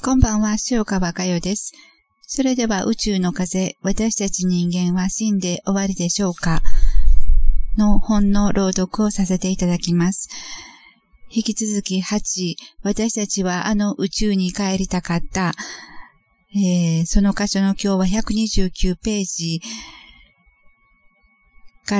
こんばんは、塩川佳代です。それでは宇宙の風、私たち人間は死んで終わりでしょうかの本の朗読をさせていただきます。引き続き8、私たちはあの宇宙に帰りたかった。その箇所の今日は129ページから、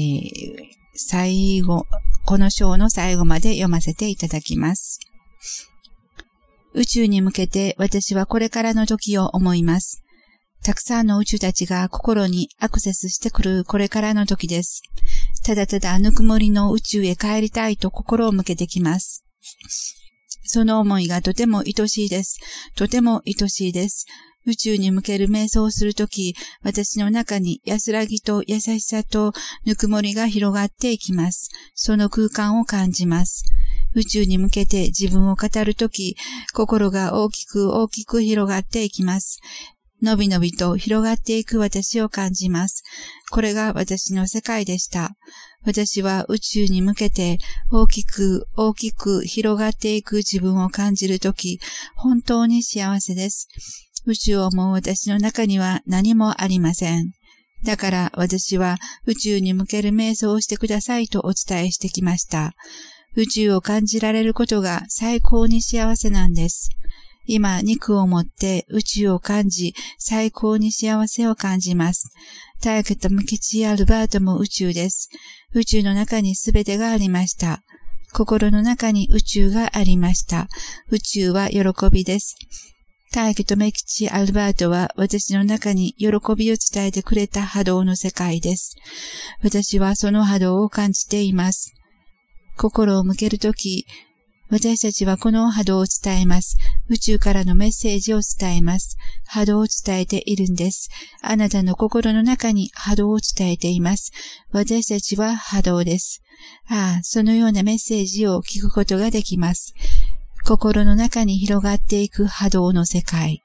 最後、この章の最後まで読ませていただきます。宇宙に向けて私はこれからの時を思います。たくさんの宇宙たちが心にアクセスしてくるこれからの時です。ただただぬくもりの宇宙へ帰りたいと心を向けてきます。その思いがとても愛しいです。とても愛しいです。宇宙に向ける瞑想をするとき、私の中に安らぎと優しさとぬくもりが広がっていきます。その空間を感じます。宇宙に向けて自分を語るとき、心が大きく大きく広がっていきます。のびのびと広がっていく私を感じます。これが私の世界でした。私は宇宙に向けて大きく大きく広がっていく自分を感じるとき、本当に幸せです。宇宙を思う私の中には何もありません。だから私は宇宙に向ける瞑想をしてくださいとお伝えしてきました。宇宙を感じられることが最高に幸せなんです。今、肉を持って宇宙を感じ、最高に幸せを感じます。大家と無吉アルバートも宇宙です。宇宙の中に全てがありました。心の中に宇宙がありました。宇宙は喜びです。大家と無吉アルバートは私の中に喜びを伝えてくれた波動の世界です。私はその波動を感じています。心を向けるとき、私たちはこの波動を伝えます。宇宙からのメッセージを伝えます。波動を伝えているんです。あなたの心の中に波動を伝えています。私たちは波動です。そのようなメッセージを聞くことができます。心の中に広がっていく波動の世界。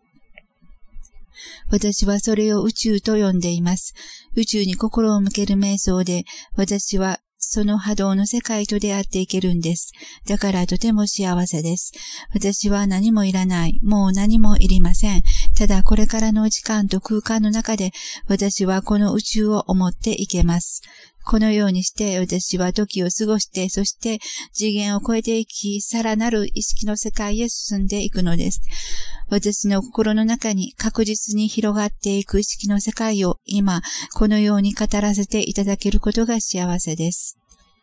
私はそれを宇宙と呼んでいます。宇宙に心を向ける瞑想で、私はその波動の世界と出会っていけるんです。だからとても幸せです。私は何もいらない。もう何もいりません。ただこれからの時間と空間の中で私はこの宇宙を思っていけます。このようにして私は時を過ごして、そして次元を超えていき、さらなる意識の世界へ進んでいくのです。私の心の中に確実に広がっていく意識の世界を今、このように語らせていただけることが幸せです。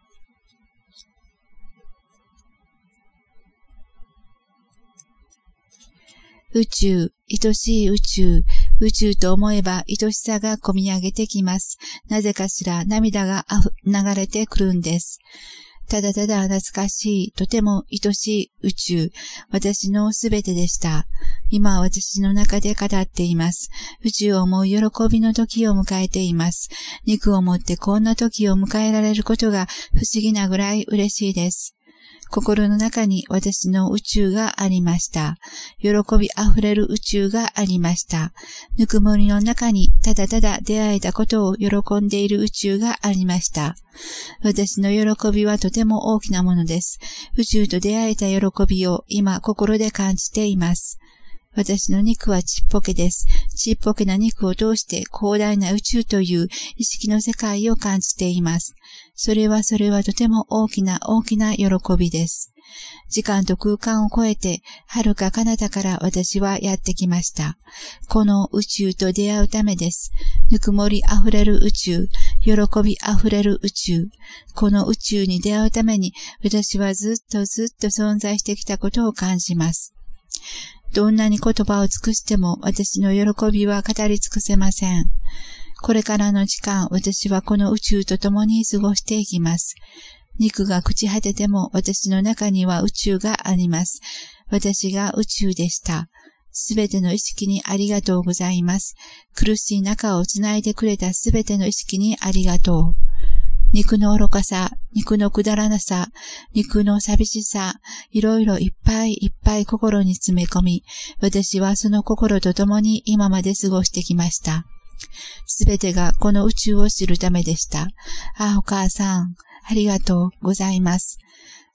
宇宙、愛しい宇宙、宇宙と思えば愛しさがこみ上げてきます。なぜかしら涙が流れてくるんです。ただただ懐かしい、とても愛しい宇宙、私のすべてでした。今私の中で語っています。宇宙を思う喜びの時を迎えています。肉を持ってこんな時を迎えられることが不思議なぐらい嬉しいです。心の中に私の宇宙がありました。喜びあふれる宇宙がありました。ぬくもりの中にただただ出会えたことを喜んでいる宇宙がありました。私の喜びはとても大きなものです。宇宙と出会えた喜びを今心で感じています。私の肉はちっぽけです。ちっぽけな肉を通して広大な宇宙という意識の世界を感じています。それはとても大きな喜びです。時間と空間を超えて、遥か彼方から私はやってきました。この宇宙と出会うためです。ぬくもりあふれる宇宙、喜びあふれる宇宙。この宇宙に出会うために、私はずっと存在してきたことを感じます。どんなに言葉を尽くしても私の喜びは語り尽くせません。これからの時間、私はこの宇宙と共に過ごしていきます。肉が朽ち果てても私の中には宇宙があります。私が宇宙でした。すべての意識にありがとうございます。苦しい中をつないでくれたすべての意識にありがとう。肉の愚かさ、肉のくだらなさ、肉の寂しさ、いろいろいっぱい心に詰め込み、私はその心と共に今まで過ごしてきました。すべてがこの宇宙を知るためでした。お母さん、ありがとうございます。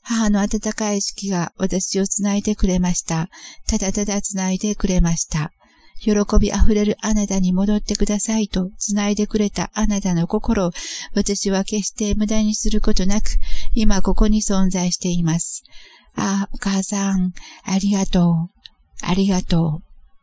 母の温かい意識が私をつないでくれました。ただただつないでくれました。喜びあふれるあなたに戻ってくださいとつないでくれたあなたの心を私は決して無駄にすることなく今ここに存在しています。ああ、お母さん、ありがとう。ありがとう。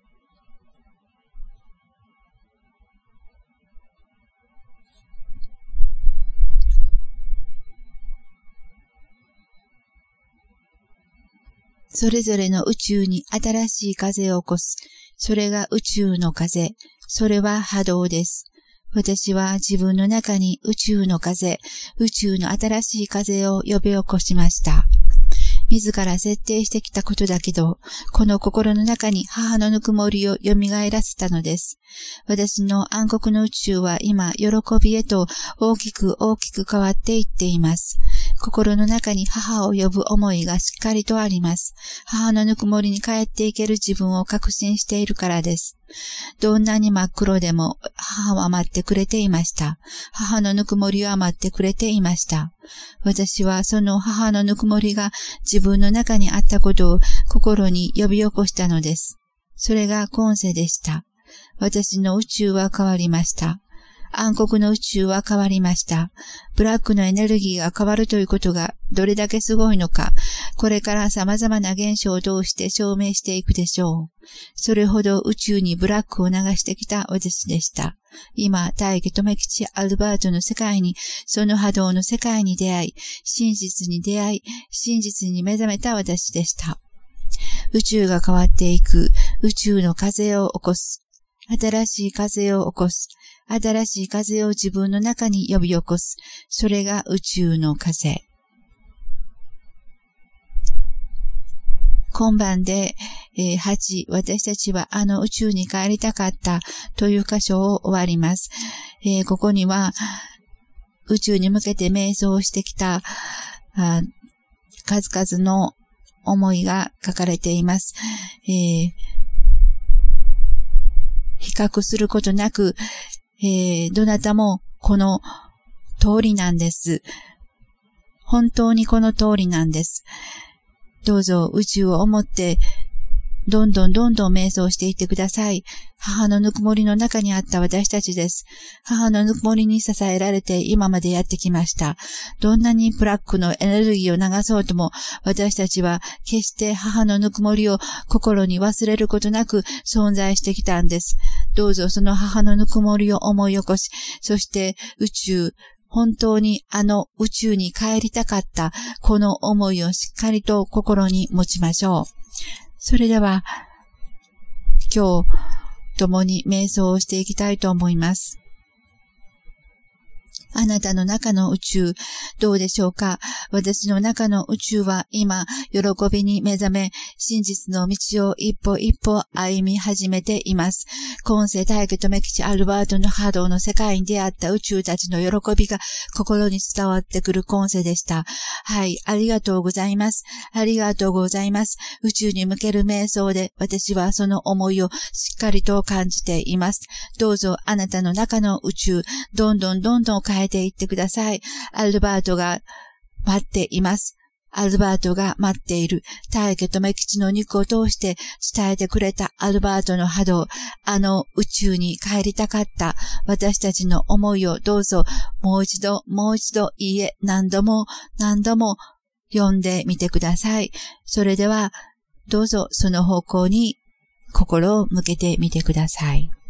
それぞれの宇宙に新しい風を起こす。それが宇宙の風。それは波動です。私は自分の中に宇宙の風、宇宙の新しい風を呼び起こしました。自ら設定してきたことだけど、この心の中に母のぬくもりを蘇らせたのです。私の暗黒の宇宙は今、喜びへと大きく変わっていっています。心の中に母を呼ぶ思いがしっかりとあります。母のぬくもりに帰っていける自分を確信しているからです。どんなに真っ黒でも母は待ってくれていました。母のぬくもりは待ってくれていました。私はその母のぬくもりが自分の中にあったことを心に呼び起こしたのです。それが今世でした。私の宇宙は変わりました。暗黒の宇宙は変わりました。ブラックのエネルギーが変わるということがどれだけすごいのか、これから様々な現象を通して証明していくでしょう。それほど宇宙にブラックを流してきた私でした。今、大家留吉アルバートの世界に、その波動の世界に出会い、真実に出会い、真実に目覚めた私でした。宇宙が変わっていく、宇宙の風を起こす。新しい風を起こす。新しい風を自分の中に呼び起こす。それが宇宙の風。今晩で、8、私たちはあの宇宙に帰りたかったという箇所を終わります。ここには宇宙に向けて瞑想してきた数々の思いが書かれています。比較することなく、どなたもこの通りなんです。本当にこの通りなんです。どうぞ宇宙を思って、どんどん瞑想していってください。母のぬくもりの中にあった私たちです。母のぬくもりに支えられて今までやってきました。どんなにブラックのエネルギーを流そうとも、私たちは決して母のぬくもりを心に忘れることなく存在してきたんです。どうぞその母のぬくもりを思い起こし、そして宇宙、本当にあの宇宙に帰りたかったこの思いをしっかりと心に持ちましょう。それでは今日共に瞑想をしていきたいと思います。あなたの中の宇宙、どうでしょうか？私の中の宇宙は今、喜びに目覚め、真実の道を一歩一歩歩み始めています。今世大家留吉アルバートの波動の世界に出会った宇宙たちの喜びが心に伝わってくる今世でした。はい、ありがとうございます。ありがとうございます。宇宙に向ける瞑想で私はその思いをしっかりと感じています。どうぞあなたの中の宇宙、どんどん変えていってください。アルバートが待っています。アルバートが待っている。大家留吉の肉を通して伝えてくれたアルバートの波動、あの宇宙に帰りたかった私たちの思いをどうぞもう一度いいえ何度も読んでみてください。それではどうぞその方向に心を向けてみてください。